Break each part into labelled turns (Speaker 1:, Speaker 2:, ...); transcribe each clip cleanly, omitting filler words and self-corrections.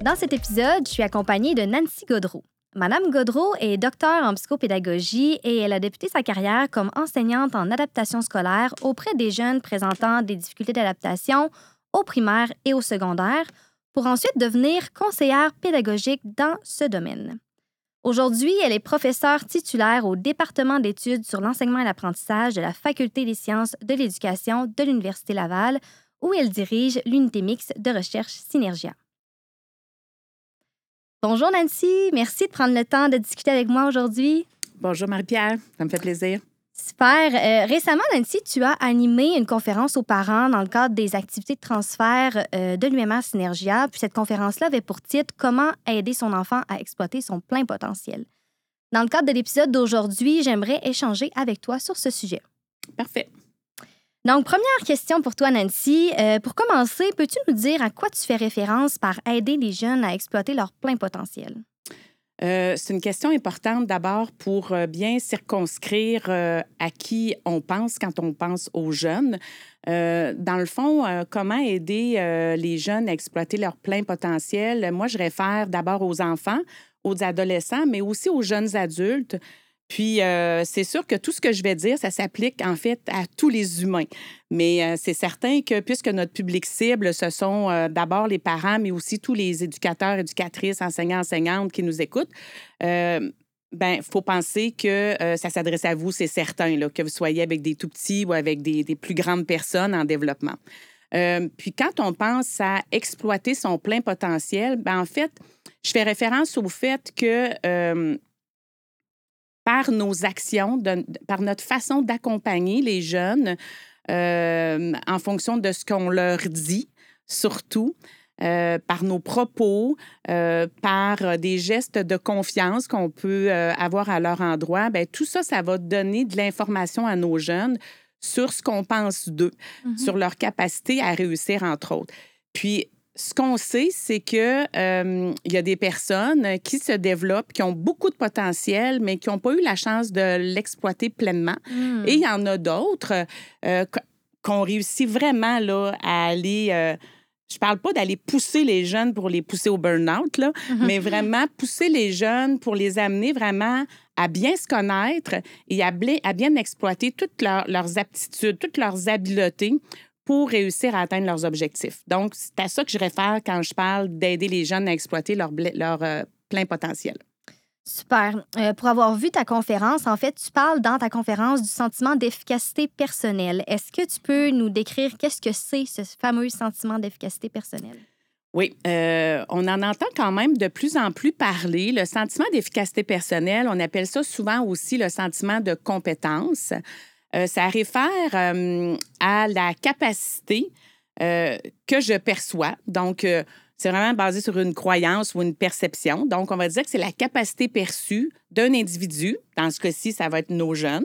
Speaker 1: Dans cet épisode, je suis accompagnée de Nancy Gaudreault. Madame Gaudreault est docteure en psychopédagogie et elle a débuté sa carrière comme enseignante en adaptation scolaire auprès des jeunes présentant des difficultés d'adaptation au primaire et au secondaire pour ensuite devenir conseillère pédagogique dans ce domaine. Aujourd'hui, elle est professeure titulaire au département d'études sur l'enseignement et l'apprentissage de la Faculté des sciences de l'éducation de l'Université Laval, où elle dirige l'unité mixte de recherche Synergia. Bonjour Nancy, merci de prendre le temps de discuter avec moi aujourd'hui.
Speaker 2: Bonjour Marie-Pierre, ça me fait plaisir.
Speaker 1: Super. Récemment, Nancy, tu as animé une conférence aux parents dans le cadre des activités de transfert de l'UMR Synergia. Puis cette conférence-là avait pour titre « Comment aider son enfant à exploiter son plein potentiel ». Dans le cadre de l'épisode d'aujourd'hui, j'aimerais échanger avec toi sur ce sujet.
Speaker 2: Parfait.
Speaker 1: Donc, première question pour toi, Nancy. Pour commencer, peux-tu nous dire à quoi tu fais référence par aider les jeunes à exploiter leur plein potentiel?
Speaker 2: C'est une question importante d'abord pour bien circonscrire à qui on pense quand on pense aux jeunes. Dans le fond, comment aider les jeunes à exploiter leur plein potentiel? Moi, je réfère d'abord aux enfants, aux adolescents, mais aussi aux jeunes adultes. Puis, c'est sûr que tout ce que je vais dire, ça s'applique en fait à tous les humains. Mais c'est certain que puisque notre public cible, ce sont d'abord les parents, mais aussi tous les éducateurs, éducatrices, enseignants, enseignantes qui nous écoutent, faut penser que ça s'adresse à vous, c'est certain, là, que vous soyez avec des tout-petits ou avec des plus grandes personnes en développement. Puis quand on pense à exploiter son plein potentiel, en fait, je fais référence au fait que par nos actions, par notre façon d'accompagner les jeunes en fonction de ce qu'on leur dit, surtout, par nos propos, par des gestes de confiance qu'on peut avoir à leur endroit, bien, tout ça, ça va donner de l'information à nos jeunes sur ce qu'on pense d'eux, sur leur capacité à réussir, entre autres. Puis, ce qu'on sait, c'est que il y a des personnes qui se développent, qui ont beaucoup de potentiel, mais qui n'ont pas eu la chance de l'exploiter pleinement. Et il y en a d'autres qu'on réussit vraiment là, à aller... je parle pas d'aller pousser les jeunes pour les pousser au burn-out, là, mais vraiment pousser les jeunes pour les amener vraiment à bien se connaître et à bien exploiter toutes leurs aptitudes, toutes leurs habiletés pour réussir à atteindre leurs objectifs. Donc, c'est à ça que je réfère quand je parle d'aider les jeunes à exploiter leur plein potentiel.
Speaker 1: Super. Pour avoir vu ta conférence, en fait, tu parles dans ta conférence du sentiment d'efficacité personnelle. Est-ce que tu peux nous décrire qu'est-ce que c'est ce fameux sentiment d'efficacité personnelle?
Speaker 2: Oui, on en entend quand même de plus en plus parler. Le sentiment d'efficacité personnelle, on appelle ça souvent aussi le sentiment de compétence. Ça réfère à la capacité que je perçois. Donc, c'est vraiment basé sur une croyance ou une perception. Donc, on va dire que c'est la capacité perçue d'un individu, dans ce cas-ci, ça va être nos jeunes,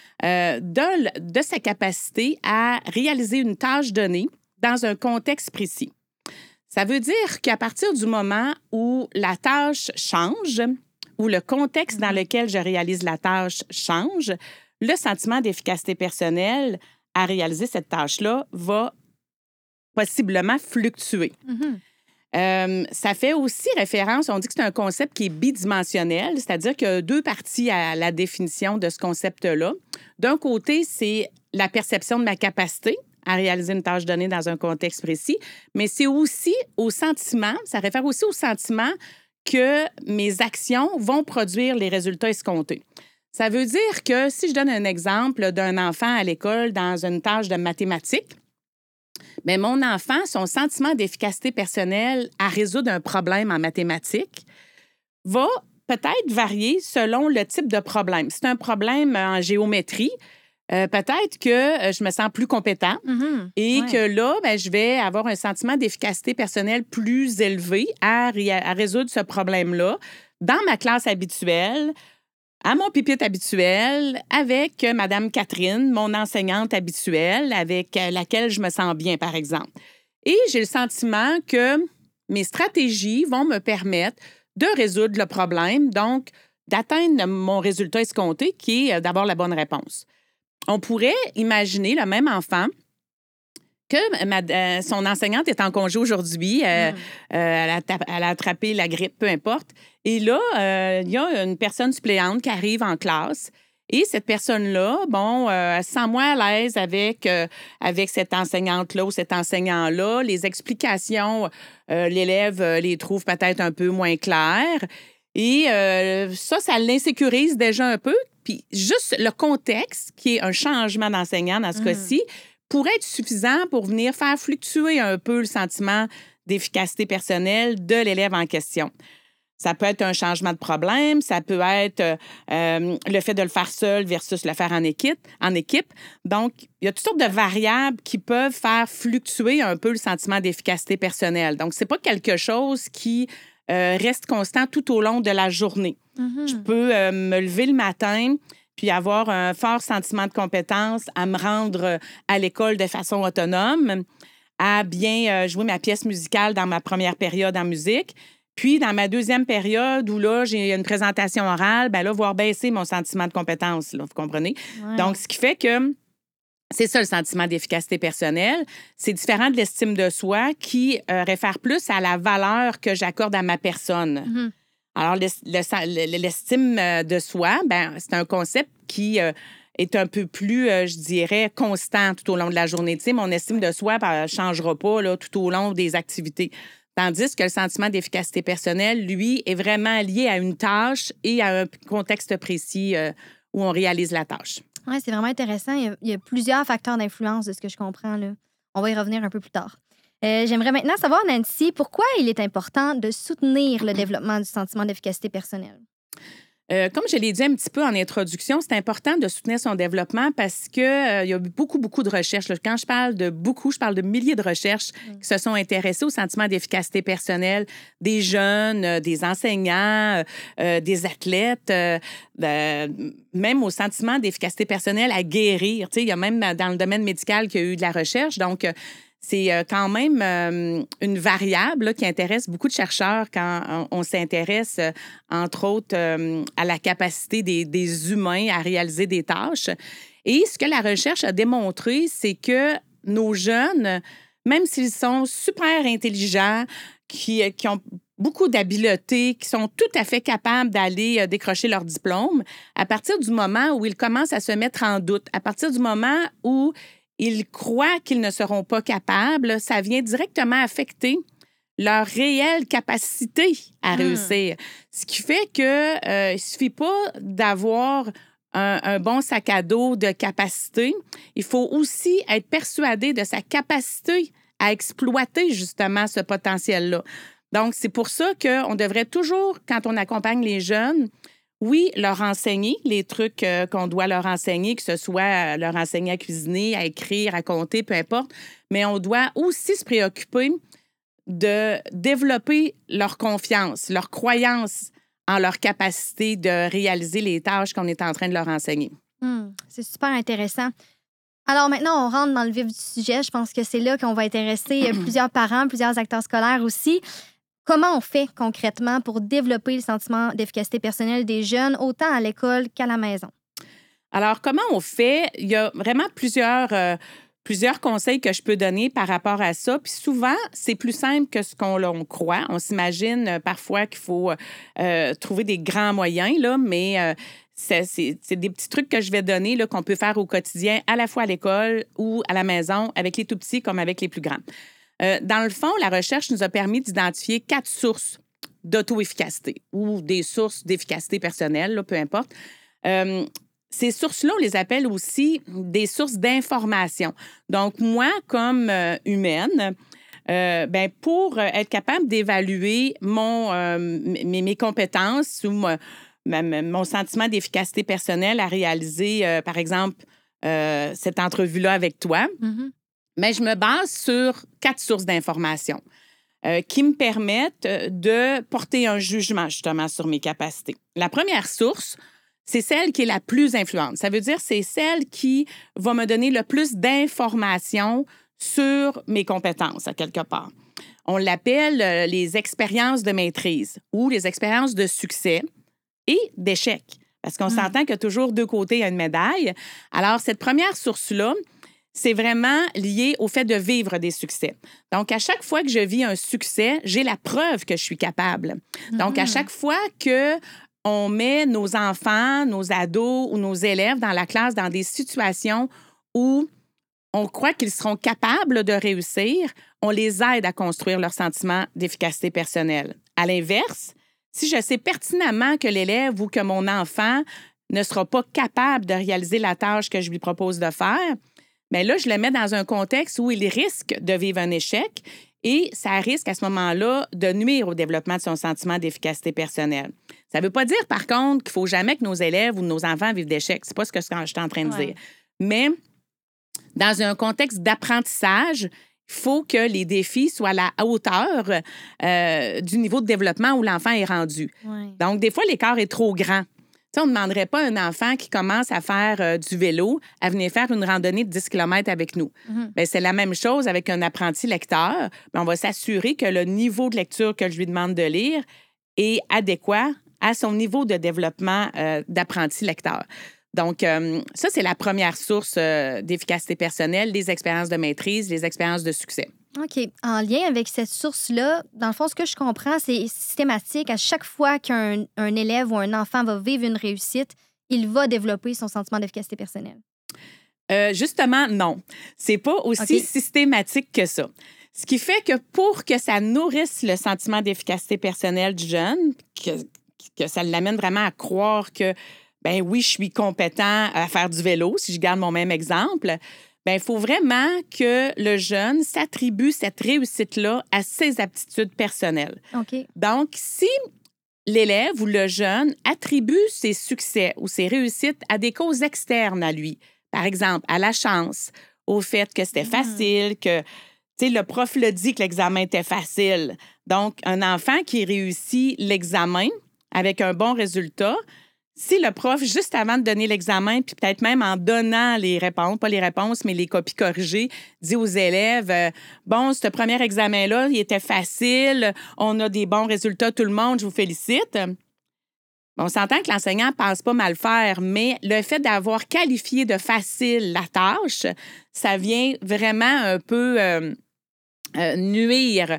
Speaker 2: de sa capacité à réaliser une tâche donnée dans un contexte précis. Ça veut dire qu'à partir du moment où la tâche change, ou le contexte dans lequel je réalise la tâche change, le sentiment d'efficacité personnelle à réaliser cette tâche-là va possiblement fluctuer. Ça fait aussi référence, on dit que c'est un concept qui est bidimensionnel, c'est-à-dire qu'il y a deux parties à la définition de ce concept-là. D'un côté, c'est la perception de ma capacité à réaliser une tâche donnée dans un contexte précis, mais c'est aussi au sentiment, ça réfère aussi au sentiment que mes actions vont produire les résultats escomptés. Ça veut dire que si je donne un exemple d'un enfant à l'école dans une tâche de mathématiques, bien, mon enfant, son sentiment d'efficacité personnelle à résoudre un problème en mathématiques va peut-être varier selon le type de problème. Si c'est un problème en géométrie, peut-être que je me sens plus compétent et que là, bien, je vais avoir un sentiment d'efficacité personnelle plus élevé à résoudre ce problème-là dans ma classe habituelle, à mon pupitre habituel, avec Mme Catherine, mon enseignante habituelle, avec laquelle je me sens bien, par exemple. Et j'ai le sentiment que mes stratégies vont me permettre de résoudre le problème, donc d'atteindre mon résultat escompté, qui est d'avoir la bonne réponse. On pourrait imaginer le même enfant que son enseignante est en congé aujourd'hui. Elle a attrapé la grippe, peu importe. Et là, il y a une personne suppléante qui arrive en classe. Et cette personne-là, elle se sent moins à l'aise avec cette enseignante-là ou cet enseignant-là. Les explications, l'élève les trouve peut-être un peu moins claires. Et ça l'insécurise déjà un peu. Puis juste le contexte, qui est un changement d'enseignant dans ce cas-ci, pourrait être suffisant pour venir faire fluctuer un peu le sentiment d'efficacité personnelle de l'élève en question. Ça peut être un changement de problème, ça peut être le fait de le faire seul versus le faire en équipe. Donc, il y a toutes sortes de variables qui peuvent faire fluctuer un peu le sentiment d'efficacité personnelle. Donc, c'est pas quelque chose qui reste constant tout au long de la journée. Je peux me lever le matin puis avoir un fort sentiment de compétence à me rendre à l'école de façon autonome, à bien jouer ma pièce musicale dans ma première période en musique. Puis, dans ma deuxième période, où là, j'ai une présentation orale, bien là, voir baisser mon sentiment de compétence, là, vous comprenez? Ouais. Donc, ce qui fait que c'est ça, le sentiment d'efficacité personnelle. C'est différent de l'estime de soi qui réfère plus à la valeur que j'accorde à ma personne. Alors, l'estime de soi, ben c'est un concept qui est un peu plus, je dirais, constant tout au long de la journée. Tu sais, mon estime de soi ne changera pas là, tout au long des activités. Tandis que le sentiment d'efficacité personnelle, lui, est vraiment lié à une tâche et à un contexte précis où on réalise la tâche.
Speaker 1: Oui, c'est vraiment intéressant. Il y a plusieurs facteurs d'influence de ce que je comprends, là. On va y revenir un peu plus tard. J'aimerais maintenant savoir, Nancy, pourquoi il est important de soutenir le développement du sentiment d'efficacité personnelle?
Speaker 2: Comme je l'ai dit un petit peu en introduction, c'est important de soutenir son développement parce qu'il y a beaucoup de recherches. Quand je parle de beaucoup, je parle de milliers de recherches qui se sont intéressées au sentiment d'efficacité personnelle des jeunes, des enseignants, des athlètes, même au sentiment d'efficacité personnelle à guérir. Tu sais, il y a même dans le domaine médical qu'il y a eu de la recherche. Donc, c'est quand même une variable là, qui intéresse beaucoup de chercheurs quand on s'intéresse, entre autres, à la capacité des humains à réaliser des tâches. Et ce que la recherche a démontré, c'est que nos jeunes, même s'ils sont super intelligents, qui ont beaucoup d'habiletés, qui sont tout à fait capables d'aller décrocher leur diplôme, à partir du moment où ils commencent à se mettre en doute, à partir du moment où ils croient qu'ils ne seront pas capables, ça vient directement affecter leur réelle capacité à réussir. Ce qui fait que il suffit pas d'avoir un bon sac à dos de capacité. Il faut aussi être persuadé de sa capacité à exploiter justement ce potentiel-là. Donc, c'est pour ça qu'on devrait toujours, quand on accompagne les jeunes, oui, leur enseigner les trucs qu'on doit leur enseigner, que ce soit leur enseigner à cuisiner, à écrire, à compter, peu importe, mais on doit aussi se préoccuper de développer leur confiance, leur croyance en leur capacité de réaliser les tâches qu'on est en train de leur enseigner.
Speaker 1: C'est super intéressant. Alors maintenant, on rentre dans le vif du sujet. Je pense que c'est là qu'on va intéresser plusieurs parents, plusieurs acteurs scolaires aussi. Comment on fait concrètement pour développer le sentiment d'efficacité personnelle des jeunes, autant à l'école qu'à la maison?
Speaker 2: Alors, comment on fait? Il y a vraiment plusieurs conseils que je peux donner par rapport à ça. Puis souvent, c'est plus simple que ce qu'on croit. On s'imagine parfois qu'il faut trouver des grands moyens, là, mais c'est des petits trucs que je vais donner là, qu'on peut faire au quotidien, à la fois à l'école ou à la maison, avec les tout-petits comme avec les plus grands. Dans le fond, la recherche nous a permis d'identifier 4 sources d'auto-efficacité ou des sources d'efficacité personnelle, là, peu importe. Ces sources-là, on les appelle aussi des sources d'information. Donc, moi, comme humaine, pour être capable d'évaluer mes compétences ou mon sentiment d'efficacité personnelle à réaliser, par exemple, cette entrevue-là avec toi, mais je me base sur 4 sources d'information qui me permettent de porter un jugement, justement, sur mes capacités. La première source, c'est celle qui est la plus influente. Ça veut dire c'est celle qui va me donner le plus d'informations sur mes compétences, à quelque part. On l'appelle les expériences de maîtrise ou les expériences de succès et d'échec. Parce qu'on s'entend qu'il y a toujours 2 côtés à une médaille. Alors, cette première source-là, c'est vraiment lié au fait de vivre des succès. Donc, à chaque fois que je vis un succès, j'ai la preuve que je suis capable. Donc, à chaque fois que on met nos enfants, nos ados ou nos élèves dans la classe dans des situations où on croit qu'ils seront capables de réussir, on les aide à construire leur sentiment d'efficacité personnelle. À l'inverse, si je sais pertinemment que l'élève ou que mon enfant ne sera pas capable de réaliser la tâche que je lui propose de faire, bien là, je le mets dans un contexte où il risque de vivre un échec et ça risque à ce moment-là de nuire au développement de son sentiment d'efficacité personnelle. Ça ne veut pas dire, par contre, qu'il ne faut jamais que nos élèves ou nos enfants vivent d'échecs. C'est pas ce que je suis en train de dire. Mais dans un contexte d'apprentissage, il faut que les défis soient à la hauteur du niveau de développement où l'enfant est rendu. Donc, des fois, l'écart est trop grand. On ne demanderait pas à un enfant qui commence à faire du vélo à venir faire une randonnée de 10 km avec nous. Bien, c'est la même chose avec un apprenti lecteur. Bien, on va s'assurer que le niveau de lecture que je lui demande de lire est adéquat à son niveau de développement d'apprenti lecteur. Donc, ça, c'est la première source d'efficacité personnelle, les expériences de maîtrise, les expériences de succès.
Speaker 1: OK. En lien avec cette source-là, dans le fond, ce que je comprends, c'est systématique. À chaque fois qu'un élève ou un enfant va vivre une réussite, il va développer son sentiment d'efficacité personnelle.
Speaker 2: Justement, non. C'est pas aussi systématique que ça. Ce qui fait que pour que ça nourrisse le sentiment d'efficacité personnelle du jeune, que ça l'amène vraiment à croire que, ben oui, je suis compétent à faire du vélo, si je garde mon même exemple, bien, il faut vraiment que le jeune s'attribue cette réussite-là à ses aptitudes personnelles. Donc, si l'élève ou le jeune attribue ses succès ou ses réussites à des causes externes à lui, par exemple, à la chance, au fait que c'était facile, que le prof le dit que l'examen était facile. Donc, un enfant qui réussit l'examen avec un bon résultat, si le prof, juste avant de donner l'examen, puis peut-être même en donnant les réponses, pas les réponses, mais les copies corrigées, dit aux élèves, bon, ce premier examen-là, il était facile, on a des bons résultats, tout le monde, je vous félicite. On s'entend que l'enseignant ne pense pas mal faire, mais le fait d'avoir qualifié de facile la tâche, ça vient vraiment un peu nuire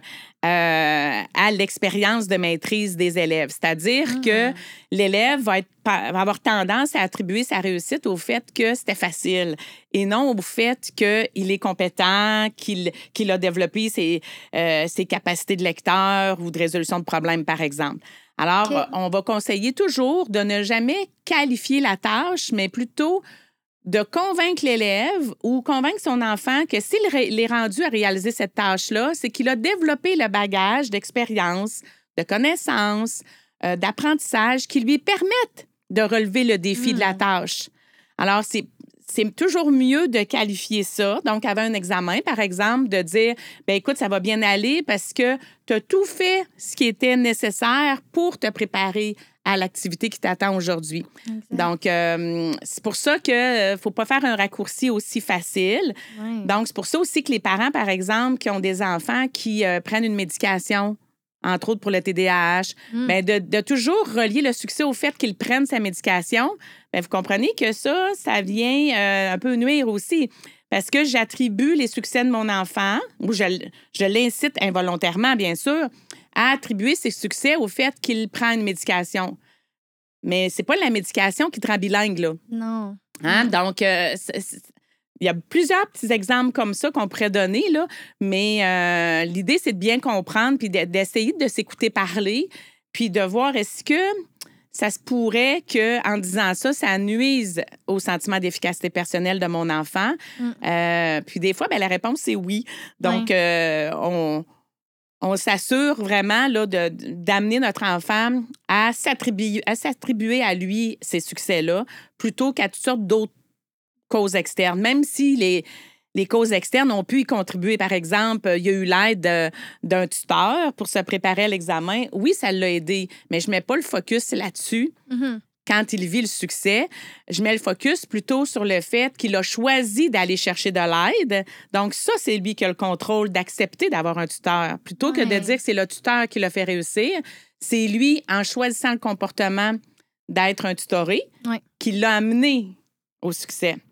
Speaker 2: à l'expérience de maîtrise des élèves. C'est-à-dire que l'élève va avoir tendance à attribuer sa réussite au fait que c'était facile et non au fait qu'il est compétent, qu'il a développé ses capacités de lecteur ou de résolution de problèmes, par exemple. Alors, on va conseiller toujours de ne jamais qualifier la tâche, mais plutôt de convaincre l'élève ou convaincre son enfant que s'il est rendu à réaliser cette tâche-là, c'est qu'il a développé le bagage d'expérience, de connaissances, d'apprentissage qui lui permettent de relever le défi de la tâche. Alors, c'est toujours mieux de qualifier ça. Donc, avant un examen, par exemple, de dire, bien, écoute, ça va bien aller parce que tu as tout fait ce qui était nécessaire pour te préparer à l'activité qui t'attend aujourd'hui. Donc, c'est pour ça qu'il ne faut pas faire un raccourci aussi facile. Donc, c'est pour ça aussi que les parents, par exemple, qui ont des enfants qui prennent une médication, entre autres pour le TDAH, bien, de toujours relier le succès au fait qu'ils prennent sa médication, bien, vous comprenez que ça vient un peu nuire aussi. Parce que j'attribue les succès de mon enfant, ou je l'incite involontairement, bien sûr, à attribuer ses succès au fait qu'il prend une médication. Mais c'est pas la médication qui te rend bilingue, là.
Speaker 1: Non.
Speaker 2: Hein? Donc, il y a plusieurs petits exemples comme ça qu'on pourrait donner, là, mais l'idée, c'est de bien comprendre puis d'essayer de s'écouter parler puis de voir est-ce que ça se pourrait qu'en disant ça, ça nuise au sentiment d'efficacité personnelle de mon enfant. Puis des fois, bien, la réponse, c'est oui. Donc, on s'assure vraiment là, d'amener notre enfant à s'attribuer à lui ces succès-là plutôt qu'à toutes sortes d'autres causes externes. Même si les causes externes ont pu y contribuer. Par exemple, il y a eu l'aide d'un tuteur pour se préparer à l'examen. Oui, ça l'a aidé, mais je ne mets pas le focus là-dessus. Quand il vit le succès, je mets le focus plutôt sur le fait qu'il a choisi d'aller chercher de l'aide. Donc, ça, c'est lui qui a le contrôle d'accepter d'avoir un tuteur. Plutôt que de dire que c'est le tuteur qui l'a fait réussir, c'est lui, en choisissant le comportement d'être un tutoré, qui l'a amené au succès.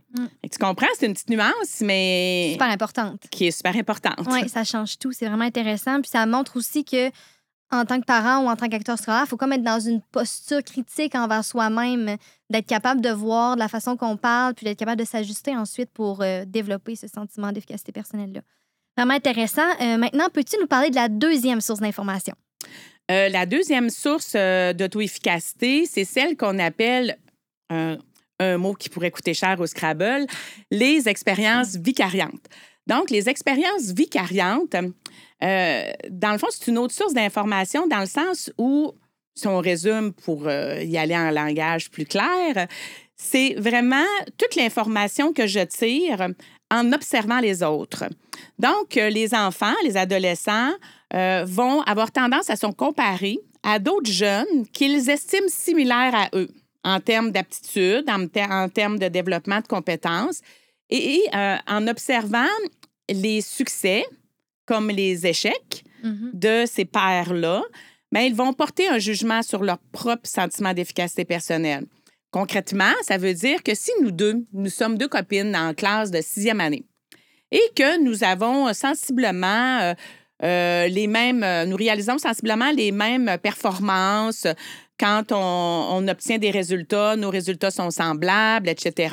Speaker 2: Tu comprends? C'est une petite nuance, mais...
Speaker 1: Super importante.
Speaker 2: Qui est super importante.
Speaker 1: Oui, ça change tout. C'est vraiment intéressant. Puis ça montre aussi que en tant que parent ou en tant qu'acteur scolaire, il faut comme être dans une posture critique envers soi-même, d'être capable de voir de la façon qu'on parle, puis d'être capable de s'ajuster ensuite pour développer ce sentiment d'efficacité personnelle-là. Vraiment intéressant. Maintenant, peux-tu nous parler de la deuxième source d'information?
Speaker 2: La deuxième source d'auto-efficacité, c'est celle qu'on appelle, un mot qui pourrait coûter cher au Scrabble, les expériences vicariantes. Donc, les expériences vicariantes, dans le fond, c'est une autre source d'information dans le sens où, si on résume pour y aller en langage plus clair, c'est vraiment toute l'information que je tire en observant les autres. Donc, les enfants, les adolescents vont avoir tendance à se comparer à d'autres jeunes qu'ils estiment similaires à eux en termes d'aptitude, en termes de développement de compétences. Et en observant les succès comme les échecs de ces pairs-là, bien, ils vont porter un jugement sur leur propre sentiment d'efficacité personnelle. Concrètement, ça veut dire que si nous sommes deux copines en classe de 6e année et que nous avons sensiblement nous réalisons sensiblement les mêmes performances quand on obtient des résultats, nos résultats sont semblables, etc.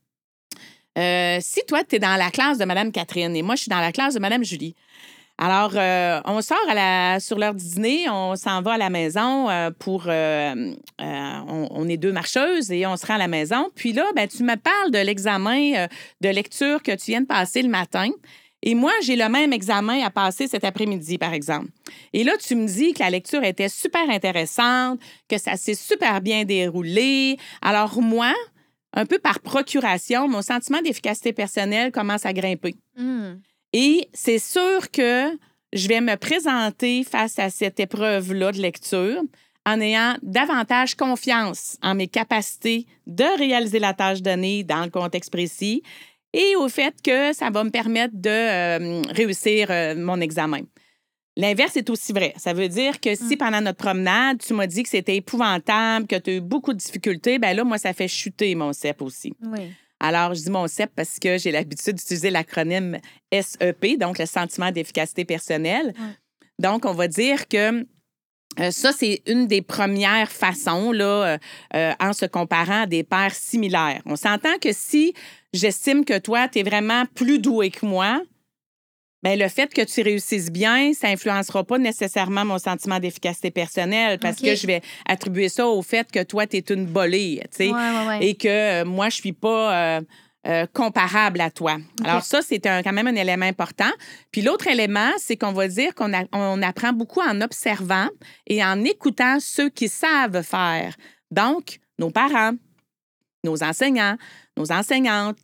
Speaker 2: Si toi, tu es dans la classe de Mme Catherine et moi, je suis dans la classe de Mme Julie, alors, on sort sur l'heure du dîner, on s'en va à la maison on est deux marcheuses et on se rend à la maison. Puis là, ben, tu me parles de l'examen de lecture que tu viens de passer le matin. Et moi, j'ai le même examen à passer cet après-midi, par exemple. Et là, tu me dis que la lecture était super intéressante, que ça s'est super bien déroulé. Alors, moi, un peu par procuration, mon sentiment d'efficacité personnelle commence à grimper. Et c'est sûr que je vais me présenter face à cette épreuve-là de lecture en ayant davantage confiance en mes capacités de réaliser la tâche donnée dans le contexte précis et au fait que ça va me permettre de réussir mon examen. L'inverse est aussi vrai. Ça veut dire que si pendant notre promenade, tu m'as dit que c'était épouvantable, que tu as eu beaucoup de difficultés, bien là, moi, ça fait chuter mon CEP aussi.
Speaker 1: Oui.
Speaker 2: Alors, je dis mon CEP parce que j'ai l'habitude d'utiliser l'acronyme SEP, donc le sentiment d'efficacité personnelle. Donc, on va dire que ça, c'est une des premières façons, là, en se comparant à des pairs similaires. On s'entend que si j'estime que toi, tu es vraiment plus doué que moi, bien, le fait que tu réussisses bien, ça n'influencera pas nécessairement mon sentiment d'efficacité personnelle parce que je vais attribuer ça au fait que toi, tu es une bolée, tu sais, et que moi, je suis pas comparable à toi. Alors ça, c'est quand même un élément important. Puis l'autre élément, c'est qu'on va dire qu'on apprend beaucoup en observant et en écoutant ceux qui savent faire. Donc, nos parents, nos enseignants, nos enseignantes,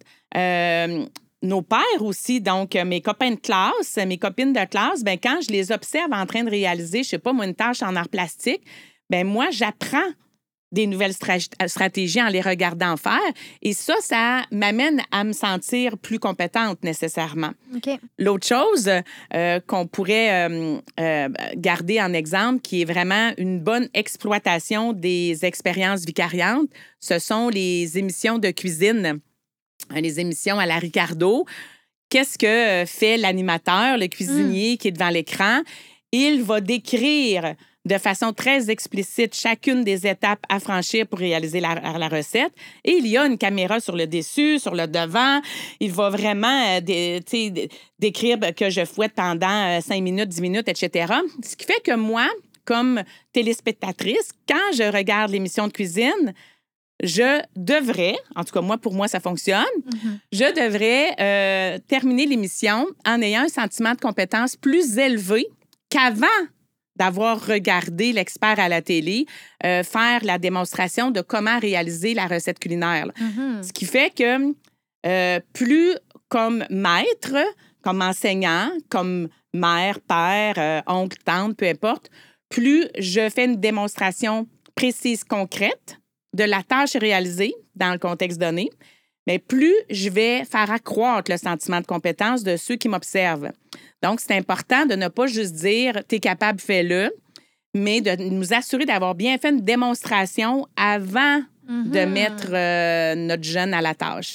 Speaker 2: nos pères aussi, donc mes copains de classe, mes copines de classe, bien, quand je les observe en train de réaliser, je sais pas, moi, une tâche en art plastique, bien, moi, j'apprends des nouvelles stratégies en les regardant faire. Et ça m'amène à me sentir plus compétente nécessairement. L'autre chose qu'on pourrait garder en exemple, qui est vraiment une bonne exploitation des expériences vicariantes, ce sont les émissions de cuisine, les émissions à la Ricardo. Qu'est-ce que fait l'animateur, le cuisinier qui est devant l'écran? Il va décrire de façon très explicite chacune des étapes à franchir pour réaliser la recette. Et il y a une caméra sur le dessus, sur le devant. Il va vraiment décrire que je fouette pendant 5 minutes, 10 minutes, etc. Ce qui fait que moi, comme téléspectatrice, quand je regarde l'émission de cuisine, je devrais, en tout cas, pour moi, ça fonctionne, je devrais terminer l'émission en ayant un sentiment de compétence plus élevé qu'avant d'avoir regardé l'expert à la télé faire la démonstration de comment réaliser la recette culinaire. Ce qui fait que plus comme maître, comme enseignant, comme mère, père, oncle, tante, peu importe, plus je fais une démonstration précise, concrète de la tâche réalisée dans le contexte donné, mais plus je vais faire accroître le sentiment de compétence de ceux qui m'observent. Donc, c'est important de ne pas juste dire « t'es capable, fais-le », mais de nous assurer d'avoir bien fait une démonstration avant de mettre notre jeune à la tâche.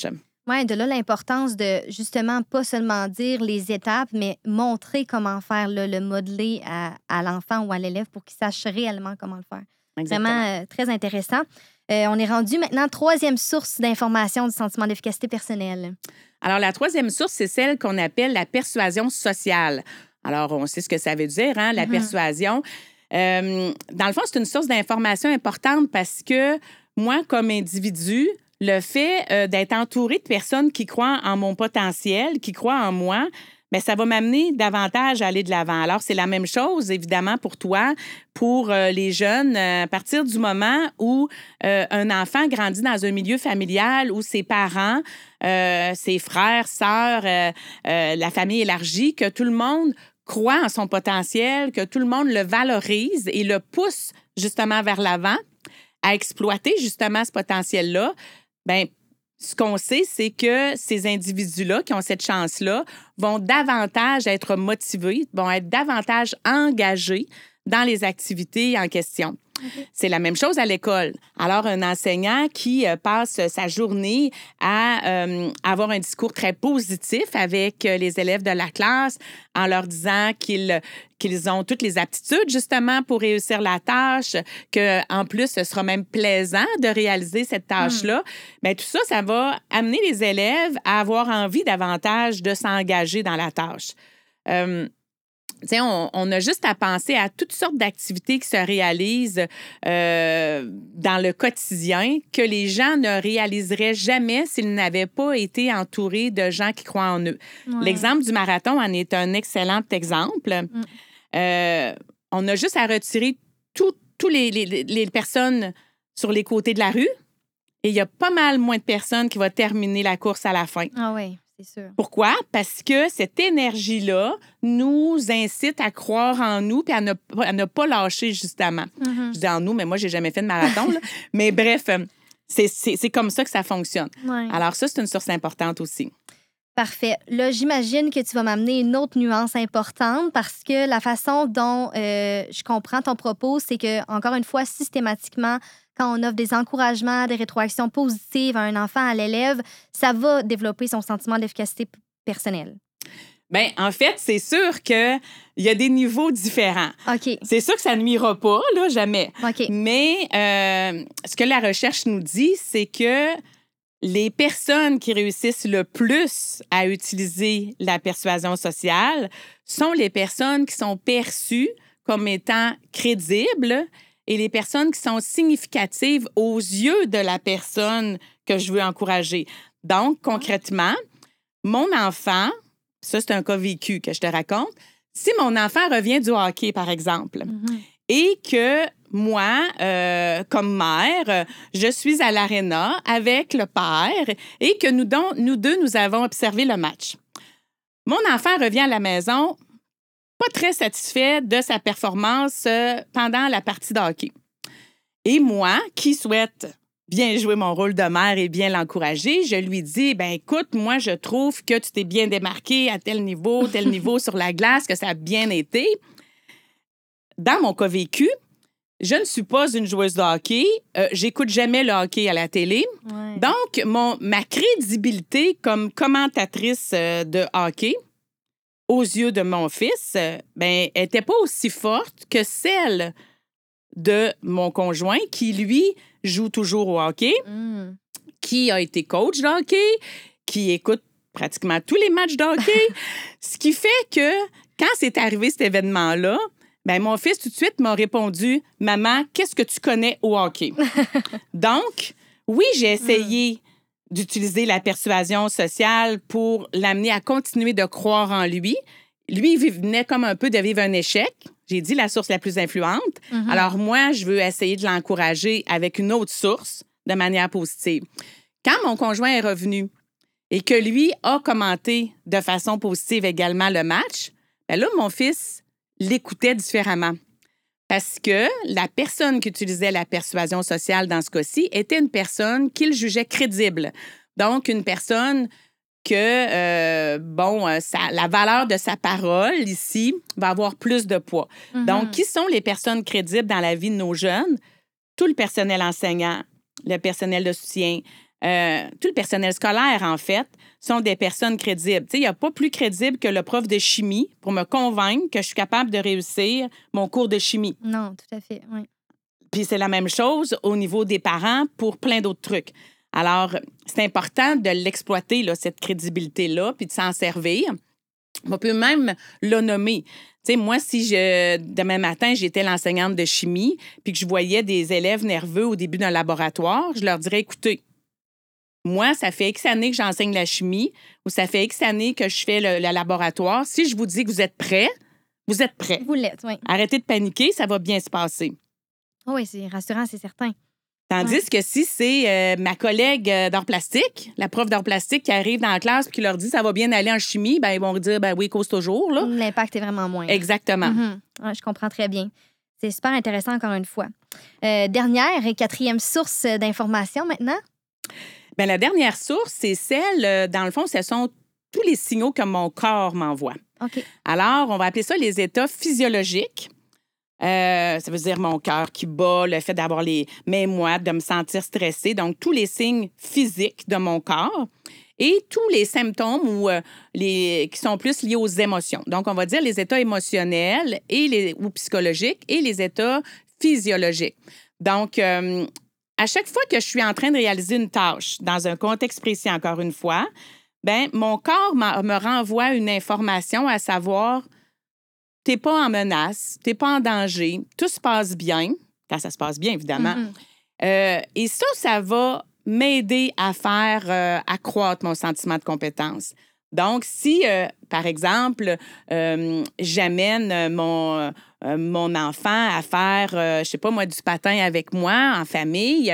Speaker 1: Oui, de là l'importance de justement pas seulement dire les étapes, mais montrer comment faire, là, le modeler à l'enfant ou à l'élève pour qu'il sache réellement comment le faire.
Speaker 2: Exactement.
Speaker 1: Vraiment très intéressant. On est rendu maintenant troisième source d'information du sentiment d'efficacité personnelle.
Speaker 2: Alors, la troisième source, c'est celle qu'on appelle la persuasion sociale. Alors, on sait ce que ça veut dire, hein, la persuasion. Dans le fond, c'est une source d'information importante parce que moi, comme individu, le fait d'être entouré de personnes qui croient en mon potentiel, qui croient en moi, bien, ça va m'amener davantage à aller de l'avant. Alors, c'est la même chose, évidemment, pour toi, pour les jeunes. À partir du moment où un enfant grandit dans un milieu familial où ses parents, ses frères, sœurs, la famille élargie, que tout le monde croit en son potentiel, que tout le monde le valorise et le pousse justement vers l'avant, à exploiter justement ce potentiel-là, bien, ce qu'on sait, c'est que ces individus-là qui ont cette chance-là vont davantage être motivés, vont être davantage engagés dans les activités en question. Okay. C'est la même chose à l'école. Alors, un enseignant qui passe sa journée à avoir un discours très positif avec les élèves de la classe en leur disant qu'ils ont toutes les aptitudes, justement, pour réussir la tâche, qu'en plus, ce sera même plaisant de réaliser cette tâche-là. Bien, tout ça, ça va amener les élèves à avoir envie davantage de s'engager dans la tâche. On a juste à penser à toutes sortes d'activités qui se réalisent dans le quotidien que les gens ne réaliseraient jamais s'ils n'avaient pas été entourés de gens qui croient en eux. Ouais. L'exemple du marathon en est un excellent exemple. On a juste à retirer toutes les personnes sur les côtés de la rue et il y a pas mal moins de personnes qui vont terminer la course à la fin.
Speaker 1: Ah oui. C'est sûr.
Speaker 2: Pourquoi? Parce que cette énergie-là nous incite à croire en nous et à ne pas lâcher, justement. Je dis en nous, mais moi, j'ai jamais fait de marathon. Là. Mais bref, c'est comme ça que ça fonctionne. Ouais. Alors ça, c'est une source importante aussi.
Speaker 1: Parfait. Là, j'imagine que tu vas m'amener une autre nuance importante parce que la façon dont je comprends ton propos, c'est que, encore une fois, systématiquement, quand on offre des encouragements, des rétroactions positives à un enfant, à l'élève, ça va développer son sentiment d'efficacité personnelle.
Speaker 2: Bien, en fait, c'est sûr qu'il y a des niveaux différents.
Speaker 1: OK.
Speaker 2: C'est sûr que ça ne nuira pas, là, jamais.
Speaker 1: OK.
Speaker 2: Mais ce que la recherche nous dit, c'est que les personnes qui réussissent le plus à utiliser la persuasion sociale sont les personnes qui sont perçues comme étant crédibles et les personnes qui sont significatives aux yeux de la personne que je veux encourager. Donc, concrètement, mon enfant, ça, c'est un cas vécu que je te raconte, si mon enfant revient du hockey, par exemple, et que moi, comme mère, je suis à l'aréna avec le père et que nous deux, nous avons observé le match. Mon enfant revient à la maison pas très satisfait de sa performance pendant la partie de hockey. Et moi, qui souhaite bien jouer mon rôle de mère et bien l'encourager, je lui dis, ben écoute, moi, je trouve que tu t'es bien démarqué à tel niveau sur la glace, que ça a bien été. Dans mon cas vécu, je ne suis pas une joueuse de hockey. J'écoute jamais le hockey à la télé. Ouais. Donc, ma crédibilité comme commentatrice de hockey aux yeux de mon fils, ben, n'était pas aussi forte que celle de mon conjoint qui, lui, joue toujours au hockey, qui a été coach de hockey, qui écoute pratiquement tous les matchs de hockey. Ce qui fait que quand c'est arrivé cet événement-là, ben, mon fils, tout de suite, m'a répondu « Maman, qu'est-ce que tu connais au hockey? » Donc, oui, j'ai essayé d'utiliser la persuasion sociale pour l'amener à continuer de croire en lui. Lui, il venait comme un peu de vivre un échec. J'ai dit la source la plus influente. Alors, moi, je veux essayer de l'encourager avec une autre source de manière positive. Quand mon conjoint est revenu et que lui a commenté de façon positive également le match, bien là, mon fils l'écoutait différemment. Parce que la personne qui utilisait la persuasion sociale dans ce cas-ci était une personne qu'il jugeait crédible. Donc, une personne que, la valeur de sa parole ici va avoir plus de poids. Donc, qui sont les personnes crédibles dans la vie de nos jeunes? Tout le personnel enseignant, le personnel de soutien, tout le personnel scolaire, en fait, sont des personnes crédibles. Il n'y a pas plus crédible que le prof de chimie pour me convaincre que je suis capable de réussir mon cours de chimie.
Speaker 1: Non, tout à fait, oui.
Speaker 2: Puis c'est la même chose au niveau des parents pour plein d'autres trucs. Alors, c'est important de l'exploiter, là, cette crédibilité-là, puis de s'en servir. On peut même le nommer. Tu sais, moi, si demain matin, j'étais l'enseignante de chimie, puis que je voyais des élèves nerveux au début d'un laboratoire, je leur dirais, écoutez, moi, ça fait X années que j'enseigne la chimie, ou ça fait X années que je fais le laboratoire. Si je vous dis que vous êtes prêts, vous êtes prêts.
Speaker 1: Vous l'êtes, oui.
Speaker 2: Arrêtez de paniquer, ça va bien se passer.
Speaker 1: Oui, c'est rassurant, c'est certain.
Speaker 2: Tandis que si c'est ma collègue d'art plastique, la prof d'art plastique qui arrive dans la classe et qui leur dit ça va bien aller en chimie, ben ils vont dire ben oui, cause toujours. Là.
Speaker 1: L'impact est vraiment moins.
Speaker 2: Exactement.
Speaker 1: Ouais, je comprends très bien. C'est super intéressant encore une fois. Dernière et 4e source d'information maintenant?
Speaker 2: Bien, la dernière source, c'est celle, dans le fond, ce sont tous les signaux que mon corps m'envoie.
Speaker 1: OK.
Speaker 2: Alors, on va appeler ça les états physiologiques. Ça veut dire mon cœur qui bat, le fait d'avoir les mains moites, de me sentir stressée. Donc, tous les signes physiques de mon corps et tous les symptômes qui sont plus liés aux émotions. Donc, on va dire les états émotionnels ou psychologiques et les états physiologiques. Donc, à chaque fois que je suis en train de réaliser une tâche dans un contexte précis, encore une fois, ben mon corps me renvoie une information à savoir t'es pas en menace, t'es pas en danger, tout se passe bien, quand ça se passe bien, évidemment. Et ça va m'aider à faire accroître mon sentiment de compétence. Donc, si, par exemple, j'amène mon enfant à faire, je sais pas moi, du patin avec moi en famille,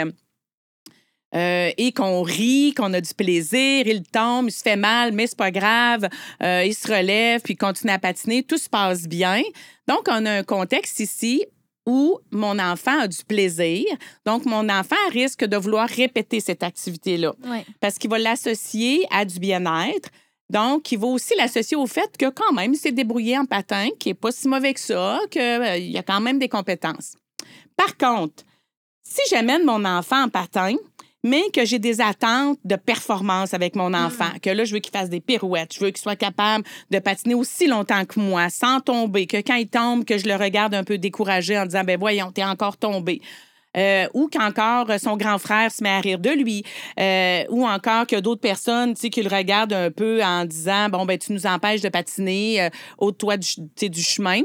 Speaker 2: et qu'on rit, qu'on a du plaisir, il tombe, il se fait mal, mais c'est pas grave, il se relève, puis il continue à patiner, tout se passe bien. Donc, on a un contexte ici où mon enfant a du plaisir. Donc, mon enfant risque de vouloir répéter cette activité-là parce qu'il va l'associer à du bien-être. Donc, il va aussi l'associer au fait que quand même, il s'est débrouillé en patin, qu'il n'est pas si mauvais que ça, qu'il y a quand même des compétences. Par contre, si j'amène mon enfant en patin, mais que j'ai des attentes de performance avec mon enfant, que là, je veux qu'il fasse des pirouettes, je veux qu'il soit capable de patiner aussi longtemps que moi, sans tomber, que quand il tombe, que je le regarde un peu découragé en disant, ben voyons, t'es encore tombé. Ou qu'encore son grand frère se met à rire de lui, ou encore que d'autres personnes, tu sais, qui le regardent un peu en disant, bon, ben tu nous empêches de patiner, ôte-toi du chemin.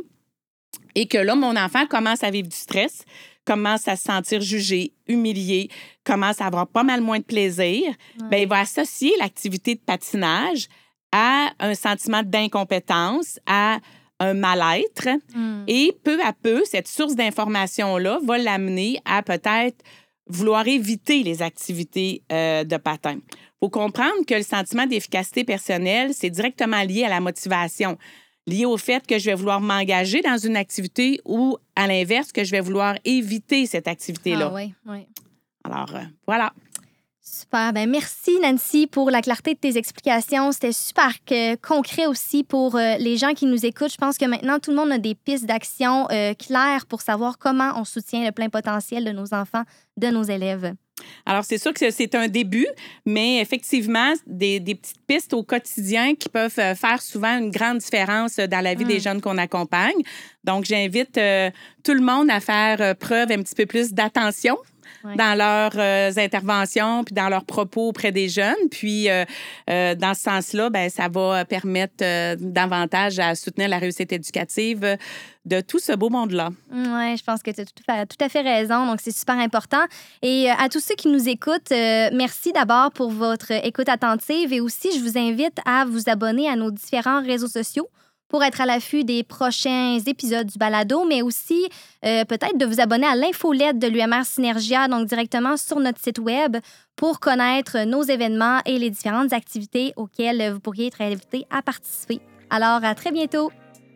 Speaker 2: Et que là, mon enfant commence à vivre du stress, commence à se sentir jugé, humilié, commence à avoir pas mal moins de plaisir, bien, il va associer l'activité de patinage à un sentiment d'incompétence, à un mal-être. Et peu à peu, cette source d'information-là va l'amener à peut-être vouloir éviter les activités de patin. Il faut comprendre que le sentiment d'efficacité personnelle, c'est directement lié à la motivation, lié au fait que je vais vouloir m'engager dans une activité ou, à l'inverse, que je vais vouloir éviter cette activité-là.
Speaker 1: Ah oui.
Speaker 2: Alors, voilà.
Speaker 1: Super. Bien, merci, Nancy, pour la clarté de tes explications. C'était super concret aussi pour les gens qui nous écoutent. Je pense que maintenant, tout le monde a des pistes d'action claires pour savoir comment on soutient le plein potentiel de nos enfants, de nos élèves.
Speaker 2: Alors, c'est sûr que c'est un début, mais effectivement, des petites pistes au quotidien qui peuvent faire souvent une grande différence dans la vie des jeunes qu'on accompagne. Donc, j'invite tout le monde à faire preuve un petit peu plus d'attention dans leurs interventions puis dans leurs propos auprès des jeunes. Puis, dans ce sens-là, bien, ça va permettre davantage à soutenir la réussite éducative de tout ce beau monde-là.
Speaker 1: Oui, je pense que tu as tout à fait raison. Donc, c'est super important. Et à tous ceux qui nous écoutent, merci d'abord pour votre écoute attentive. Et aussi, je vous invite à vous abonner à nos différents réseaux sociaux pour être à l'affût des prochains épisodes du balado, mais aussi peut-être de vous abonner à l'infolette de l'UMR Synergia, donc directement sur notre site web, pour connaître nos événements et les différentes activités auxquelles vous pourriez être invité à participer. Alors, à très bientôt!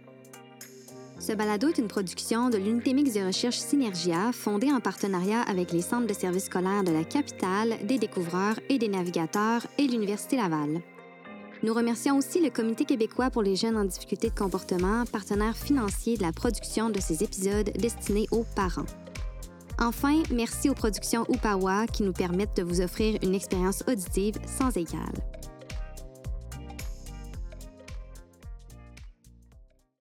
Speaker 3: Ce balado est une production de l'Unité mixte de recherche Synergia, fondée en partenariat avec les centres de services scolaires de la capitale, des découvreurs et des navigateurs et l'Université Laval. Nous remercions aussi le Comité québécois pour les jeunes en difficulté de comportement, partenaire financier de la production de ces épisodes destinés aux parents. Enfin, merci aux productions Upawa qui nous permettent de vous offrir une expérience auditive sans égale.